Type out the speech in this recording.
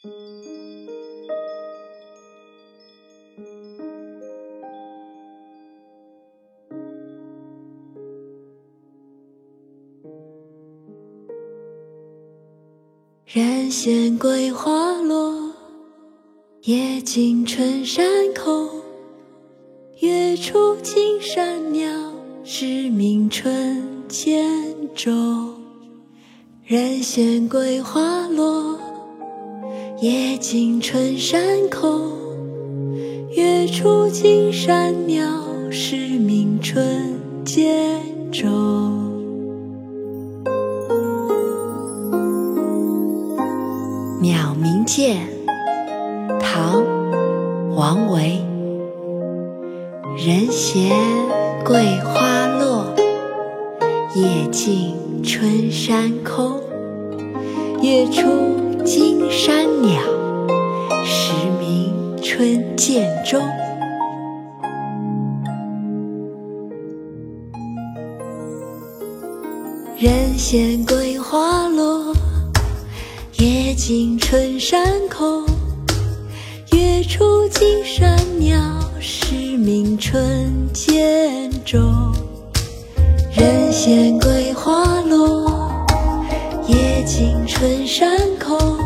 人闲桂花落，夜静春山口。月出惊山鸟，时鸣春涧洲。人闲桂花落，夜静春山口。月出惊山鸟，时鸣春涧洲。鸟鸣涧，唐·王维。人闲桂花落，夜静春山空。月出惊山鸟，时鸣春涧洲。人闲桂花落，夜静春山空。月出惊山鸟，时鸣春涧洲。人闲桂花落，夜静春山空。